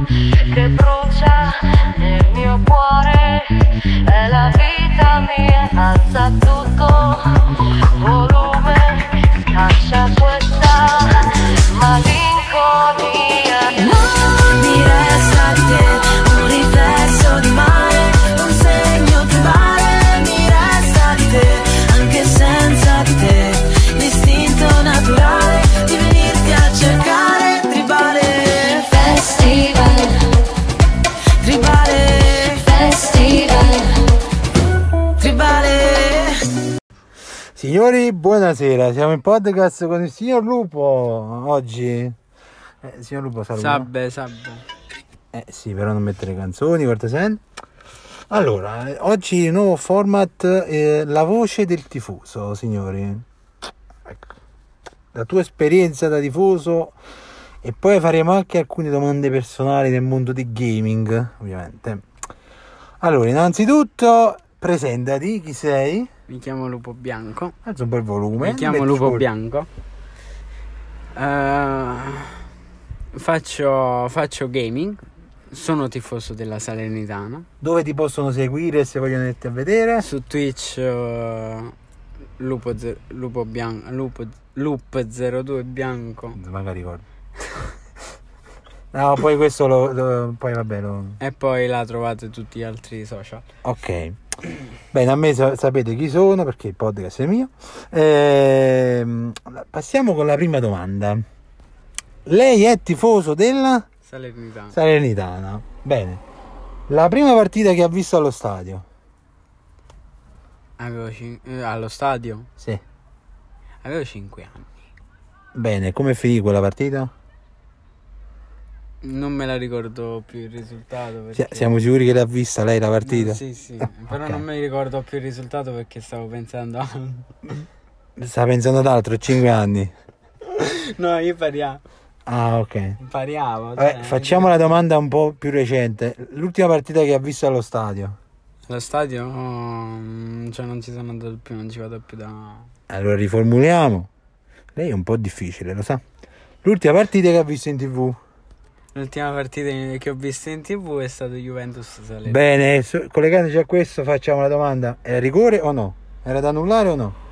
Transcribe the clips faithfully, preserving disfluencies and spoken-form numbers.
che brucia nel mio cuore, è la vita mia, alza tutto volume, caccia questa malinconia. Non mi resta di te un riflesso di mare, un segno tribale, mi resta di te anche senza di te, l'istinto naturale di venirti a cercare. Tribale festival, tribale festival, tribale. Signori, buonasera, siamo in podcast con il signor Lupo oggi. Eh, signor Lupo, saluta. Sabbe, sabbe. Eh sì, però non mettere canzoni, cortesen. Allora, eh, oggi nuovo format, eh, la voce del tifoso, signori. Ecco, la tua esperienza da tifoso, e poi faremo anche alcune domande personali nel mondo di gaming, ovviamente. Allora, innanzitutto, presentati, chi sei? Mi chiamo Lupo Bianco. Alza un po' il volume. Mi chiamo metti Lupo fuori. Bianco. Eh, faccio, faccio gaming. Sono tifoso della Salernitana. Dove ti possono seguire se vogliono venirti a vedere? Su Twitch eh, Lupo, ze- Lupo Bianco Lupo, Loop zero due Bianco. Magari ricordo. No, poi questo lo, lo poi vabbè lo... E poi la trovate tutti gli altri social. Ok. Bene, a me sa- sapete chi sono perché il podcast è mio. Ehm, passiamo con la prima domanda. Lei è tifoso della Salernitana. Salernitana. Bene. La prima partita che ha visto allo stadio? Avevo cin- eh, allo stadio Sì. avevo cinque anni. Bene, come finì quella partita? Non me la ricordo più il risultato Si- perché... Siamo sicuri che l'ha vista lei la partita? No, sì, sì, però Ok. non mi ricordo più il risultato perché stavo pensando a... Sta pensando ad altro, cinque anni. No, io pariamo. Ah, ok. Pariamo. Vabbè, cioè, facciamo la domanda un po' più recente. L'ultima partita che ha visto allo stadio? Allo stadio, oh, cioè non ci sono andato più, non ci vado più da... Allora riformuliamo. Lei è un po' difficile, lo sa. L'ultima partita che ha visto in tv? L'ultima partita che ho visto in tv è stato Juventus Salerno. Bene, so- collegandoci a questo facciamo la domanda. Era rigore o no? Era da annullare o no?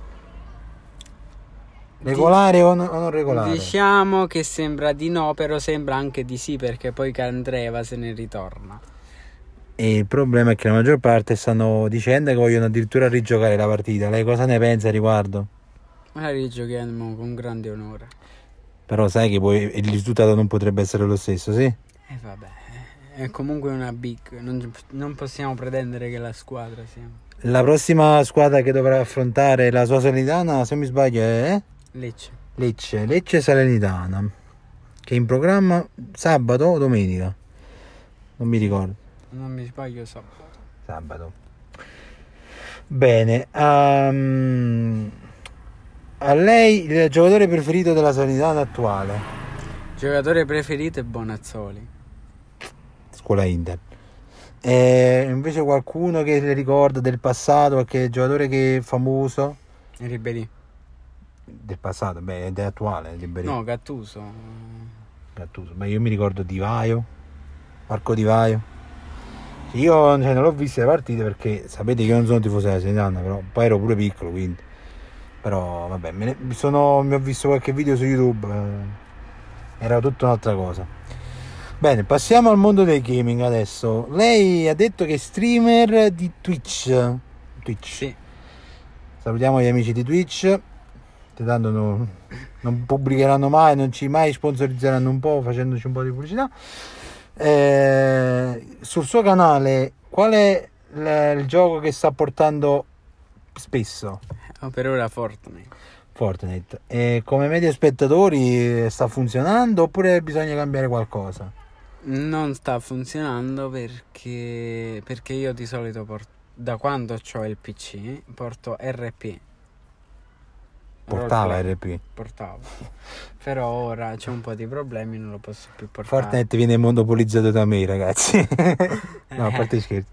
Regolare o, no- o non regolare? Diciamo che sembra di no, però sembra anche di sì perché poi Candreva se ne ritorna. E il problema è che la maggior parte stanno dicendo che vogliono addirittura rigiocare la partita. Lei cosa ne pensa a riguardo? Ma la rigiochiamo con grande onore. Però sai che poi il risultato non potrebbe essere lo stesso, sì? E vabbè, è comunque una big, non, non possiamo pretendere che la squadra sia... La prossima squadra che dovrà affrontare la sua Salernitana, se mi sbaglio, è Lecce. Lecce, Lecce Salernitana, che è in programma sabato o domenica? Non mi ricordo. Non mi sbaglio sabato. Sabato. Bene. ehm, a lei il giocatore preferito della Salernitana attuale? Giocatore preferito è Bonazzoli. Scuola Inter. E invece qualcuno che le ricorda del passato, qualche giocatore che è famoso? Ribéry. Del passato, beh, ed è attuale, Ribéry. No, Gattuso. Gattuso. Beh, io mi ricordo Di Vaio, Marco Di Vaio. Io cioè, non l'ho viste le partite perché sapete che io non sono tifoso della Salernitana, però poi ero pure piccolo, quindi. Però vabbè, me ne, mi, sono, mi ho visto qualche video su YouTube, eh, era tutta un'altra cosa. Bene, passiamo al mondo del gaming adesso. Lei ha detto che è streamer di Twitch. Twitch. Sì. Salutiamo gli amici di Twitch. Che tanto non, non pubblicheranno mai, non ci mai sponsorizzeranno un po', facendoci un po' di pubblicità. Eh, sul suo canale, qual è il, il gioco che sta portando spesso? Oh, per ora Fortnite. Fortnite. E come media spettatori sta funzionando oppure bisogna cambiare qualcosa? Non sta funzionando perché perché io di solito porto, da quando ho il P C porto R P. Portava Roleplay. R P. Portavo. Però ora c'è un po' di problemi, non lo posso più portare. Fortnite viene monopolizzato da me, ragazzi. No, a parte scherzi.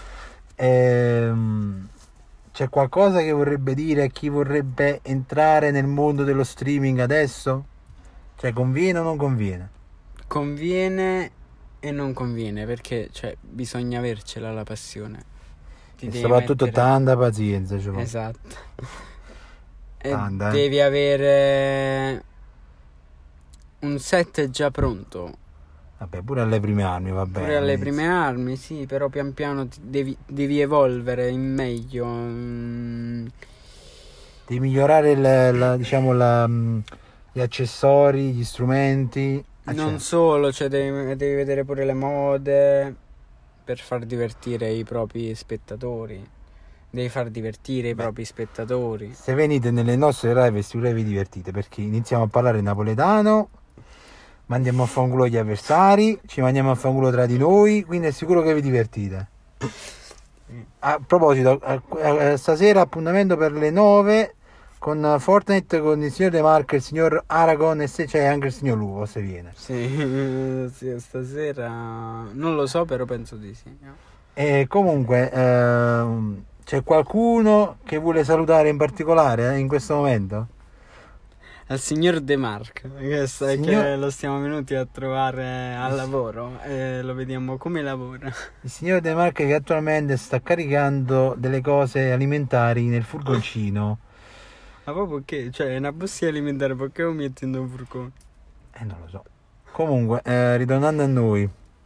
Ehm, c'è qualcosa che vorrebbe dire a chi vorrebbe entrare nel mondo dello streaming adesso? Cioè, conviene o non conviene? Conviene e non conviene, perché cioè bisogna avercela la passione. Ti E devi soprattutto mettere- tanta pazienza, cioè. Esatto. E Tanta, eh. devi avere un set già pronto. Vabbè, pure alle prime armi va bene. Pure alle all'inizio. prime armi, sì, però pian piano ti devi, devi evolvere in meglio. mm, Devi migliorare il- la- diciamo la, mh, gli accessori, gli strumenti. Ah, Non cioè, solo, cioè devi, devi vedere pure le mode per far divertire i propri spettatori. Devi far divertire i Beh. propri spettatori. se venite nelle nostre live sicuramente vi divertite, perché iniziamo a parlare napoletano, mandiamo a fanculo gli avversari, ci mandiamo a fanculo tra di noi, quindi è sicuro che vi divertite. A proposito, eh, eh, stasera appuntamento per le nove con Fortnite, con il signor De Marco, il signor Aragon e se c'è anche il signor Lupo, se viene. Sì, sì, stasera non lo so, però penso di sì. E comunque ehm, c'è qualcuno che vuole salutare in particolare eh, in questo momento? Al signor De Marco, che, sta- Signor- che lo stiamo venuti a trovare al lavoro e lo vediamo come lavora. Il signor De Marco che attualmente sta caricando delle cose alimentari nel furgoncino. Ma proprio che? Cioè, è una bustina alimentare, perché lo metti in un furgone? Eh, non lo so. Comunque, eh, ritornando a noi,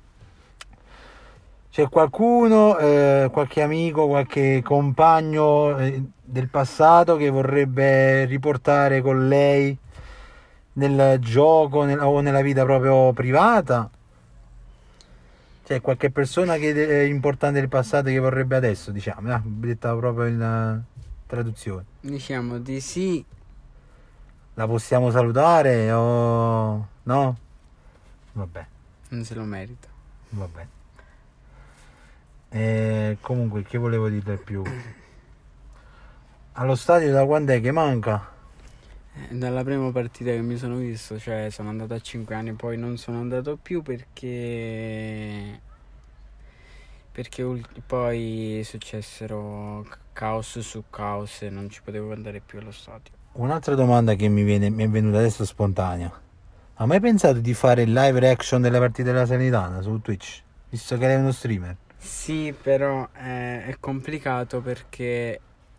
c'è qualcuno, eh, qualche amico, qualche compagno eh, del passato che vorrebbe riportare con lei nel gioco nel- o nella vita proprio privata? C'è qualche persona che è importante del passato che vorrebbe adesso, diciamo, eh, detta proprio in eh, traduzione. Diciamo di sì. La possiamo salutare o no? Vabbè, Non se lo merita. vabbè. E comunque, che volevo dire più? Allo stadio da quando è che manca? Eh, Dalla prima partita che mi sono visto, cioè sono andato a cinque anni, poi non sono andato più perché perché ul- poi successero ca- caos su caos e non ci potevo andare più allo stadio. Un'altra domanda che mi viene, mi è venuta adesso spontanea. Ha mai pensato di fare il live reaction delle partite della Salernitana su Twitch? Visto che lei è uno streamer. Sì, però eh, è complicato perché,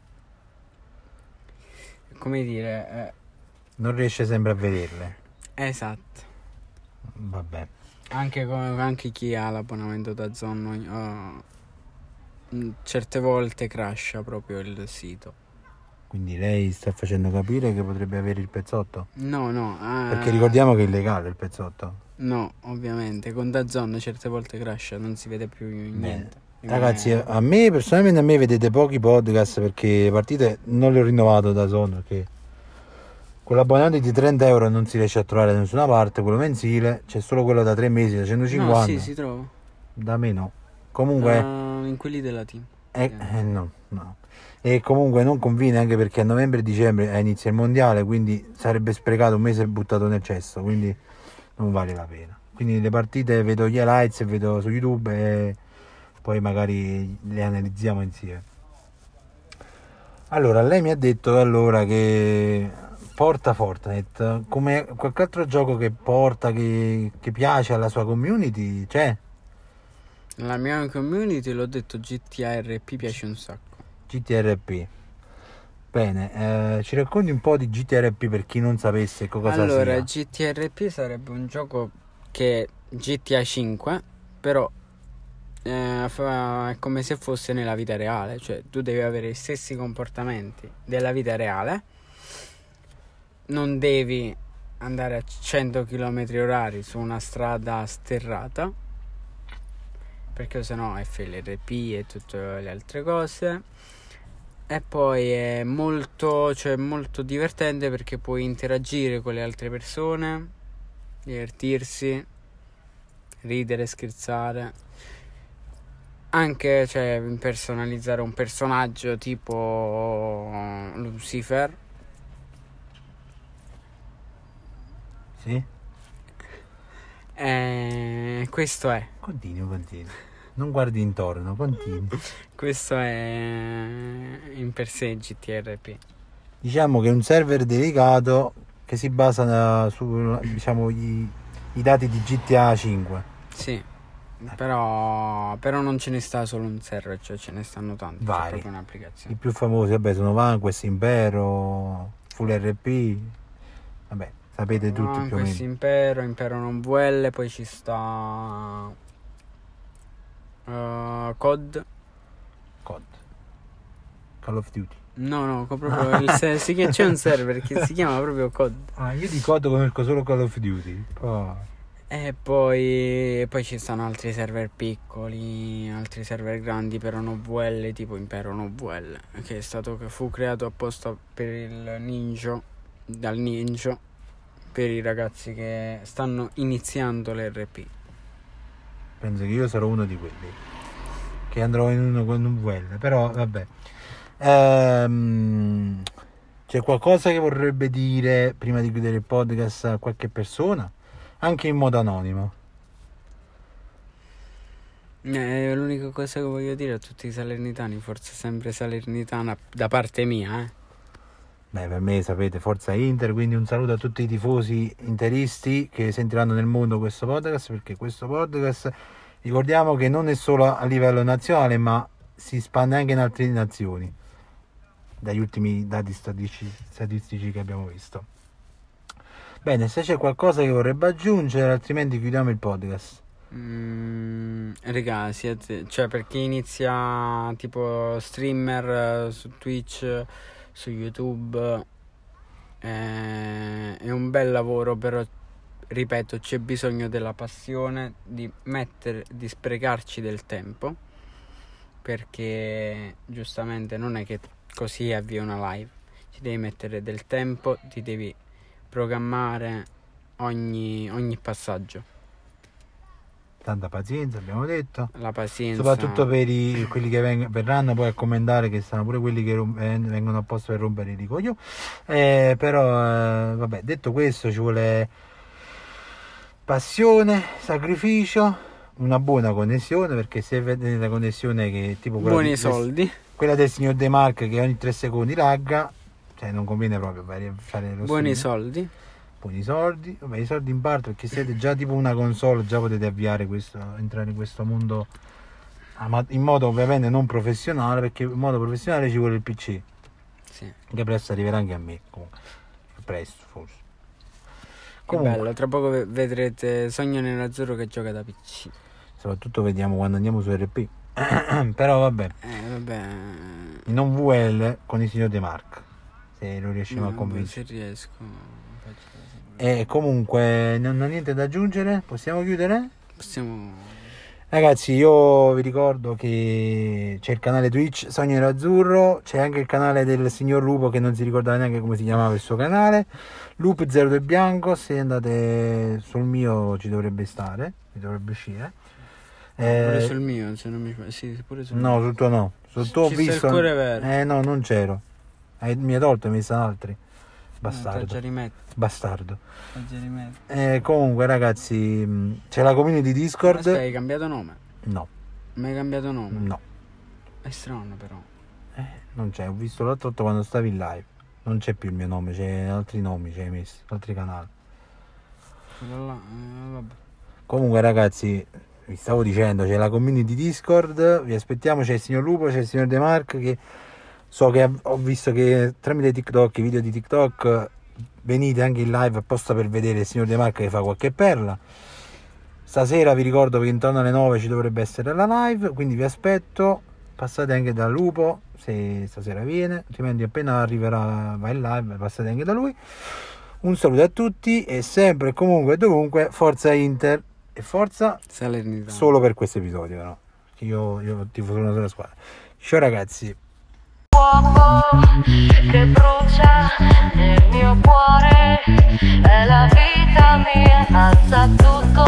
come dire, Non riesce sempre a vederle. eh, esatto. Vabbè. Anche, co- anche chi ha l'abbonamento da Zon uh, certe volte crasha proprio il sito. Quindi lei sta facendo capire che potrebbe avere il pezzotto? No, no. ah, Perché ricordiamo che è illegale il pezzotto. No, ovviamente. Con DAZN certe volte crasha, non si vede più niente. Ragazzi, Rimane- a me personalmente a me vedete pochi podcast perché le partite non le ho rinnovato da Zone, perché con l'abbonamento di trenta euro non si riesce a trovare da nessuna parte, quello mensile, c'è solo quello da tre mesi da centocinquanta. No, sì, si trova. Da me no. Comunque Ah, in quelli della team. eh, eh, no, no. E comunque non conviene, anche perché a novembre e dicembre eh, inizia il mondiale, quindi sarebbe sprecato un mese buttato nel cesso, quindi non vale la pena. Quindi le partite vedo gli highlights e vedo su YouTube e poi magari le analizziamo insieme. Allora, lei mi ha detto allora che porta Fortnite come qualche altro gioco che porta, che, che piace alla sua community, c'è? La mia community, l'ho detto, G T A R P piace un sacco. G T R P. Bene, eh, ci racconti un po' di G T R P per chi non sapesse cosa Allora, sia. G T R P sarebbe un gioco che è G T A cinque, però eh, fa- è come se fosse nella vita reale, cioè tu devi avere gli stessi comportamenti della vita reale, non devi andare a cento chilometri orari su una strada sterrata, perché sennò è F L R P e tutte le altre cose. E poi è molto, cioè molto divertente perché puoi interagire con le altre persone, divertirsi, ridere, scherzare, anche, cioè, personalizzare un personaggio tipo Lucifer. Sì? E questo è, Continui, continui. Non guardi intorno, continui. questo è in per sé G T R P. Diciamo che è un server dedicato che si basa su, diciamo, i, i dati di G T A cinque. Sì, Però, però non ce ne sta solo un server, cioè ce ne stanno tanti. C'è Vari. proprio un'applicazione. I più famosi, vabbè, sono Vanquest, Impero, Full R P. Vabbè, sapete tutti più o Conquest, meno. Impero, Impero non V L, poi ci sta uh, C O D. C O D. Call of Duty. No, no, co- proprio il se- si chiama- c'è un server che si chiama proprio C O D. Ah, io di C O D conosco solo Call of Duty. Poi... E poi, poi ci stanno altri server piccoli, altri server grandi però non V L, tipo Impero non V L, che è stato che fu creato apposta per il ninja, dal ninja, per i ragazzi che stanno iniziando l'R P. Penso che io sarò uno di quelli che andrò in uno con un V L, però vabbè. Ehm, c'è qualcosa che vorrebbe dire prima di chiudere il podcast a qualche persona? Anche in modo anonimo. Eh, l'unica cosa che voglio dire a tutti i salernitani, forse sempre salernitana da parte mia, eh. Beh, per me sapete, forza Inter, quindi un saluto a tutti i tifosi interisti che sentiranno nel mondo questo podcast, perché questo podcast, ricordiamo che non è solo a livello nazionale, ma si espande anche in altre nazioni, dagli ultimi dati statistici, statistici che abbiamo visto. Bene, se c'è qualcosa che vorrebbe aggiungere, altrimenti chiudiamo il podcast. Mm, regà, siete, cioè per chi inizia tipo streamer eh, su Twitch, su YouTube, eh, è un bel lavoro, però ripeto, c'è bisogno della passione, di mettere, di sprecarci del tempo, perché giustamente non è che così avvia una live, ci devi mettere del tempo, ti devi programmare ogni, ogni passaggio. Tanta pazienza, abbiamo detto. La pazienza. Soprattutto per i, quelli che veng- verranno poi a commentare, che stanno pure quelli che rom- eh, vengono apposta per rompere i coglioni. Eh, però, eh, vabbè, detto questo, ci vuole passione, sacrificio, una buona connessione, perché se vedete la connessione che tipo quella buoni di- soldi. quella del signor De Marc che ogni tre secondi lagga, cioè non conviene proprio fare lo Buoni stream. soldi. Buoni soldi, vabbè, i soldi in parte, perché siete già tipo una console, già potete avviare questo, entrare in questo mondo ama- in modo ovviamente non professionale, perché in modo professionale ci vuole il P C, Sì. che presto arriverà anche a me, comunque presto forse. Che Comunque, bello, tra poco ve- vedrete Sogno Nerazzurro che gioca da P C. soprattutto vediamo quando andiamo su R P. Però vabbè, Eh vabbè. non V L con il signor De Marc, se lo riusciamo No, a convincere. se riesco. faccio così. E comunque non ho niente da aggiungere, possiamo chiudere? Possiamo. Ragazzi, io vi ricordo che c'è il canale Twitch Sogno Nerazzurro, c'è anche il canale del signor Lupo che non si ricordava neanche come si chiamava il suo canale, Loop zero due Bianco. Se andate sul mio ci dovrebbe stare, ci dovrebbe uscire. Pure Eh, sul mio, se non mi fa. Sì, pure sul no, mio. sul tuo no, sul tuo ho Ci sta il visto. cuore vero. Eh no, non c'ero. Hai- mi hai tolto, mi stanno altri. No, t'ho già Bastardo. rimetto. Bastardo. t'ho già rimetto. Eh, comunque ragazzi, mh, c'è la community Discord. Aspetta, hai cambiato nome? No, Mi hai cambiato nome? no. È strano però. Eh, non c'è, ho visto l'altro volta quando stavi in live. Non c'è più il mio nome, c'è altri nomi, c'hai messo, altri canali. Quello là, eh, vabbè. Comunque ragazzi, vi stavo dicendo, c'è la community Discord, vi aspettiamo, c'è il signor Lupo, c'è il signor De Marc, che so che ho visto che tramite TikTok, i video di TikTok, venite anche in live apposta per vedere il signor De Marc che fa qualche perla. Stasera vi ricordo che intorno alle nove ci dovrebbe essere la live, quindi vi aspetto, passate anche da Lupo se stasera viene, altrimenti appena arriverà va in live, passate anche da lui. Un saluto a tutti e sempre e comunque e dovunque forza Inter e forza Salernitana. solo per questo episodio, però io, io tifo solo una sola squadra. Ciao ragazzi. Fuoco che brucia nel mio cuore, è la vita mia, alza tutto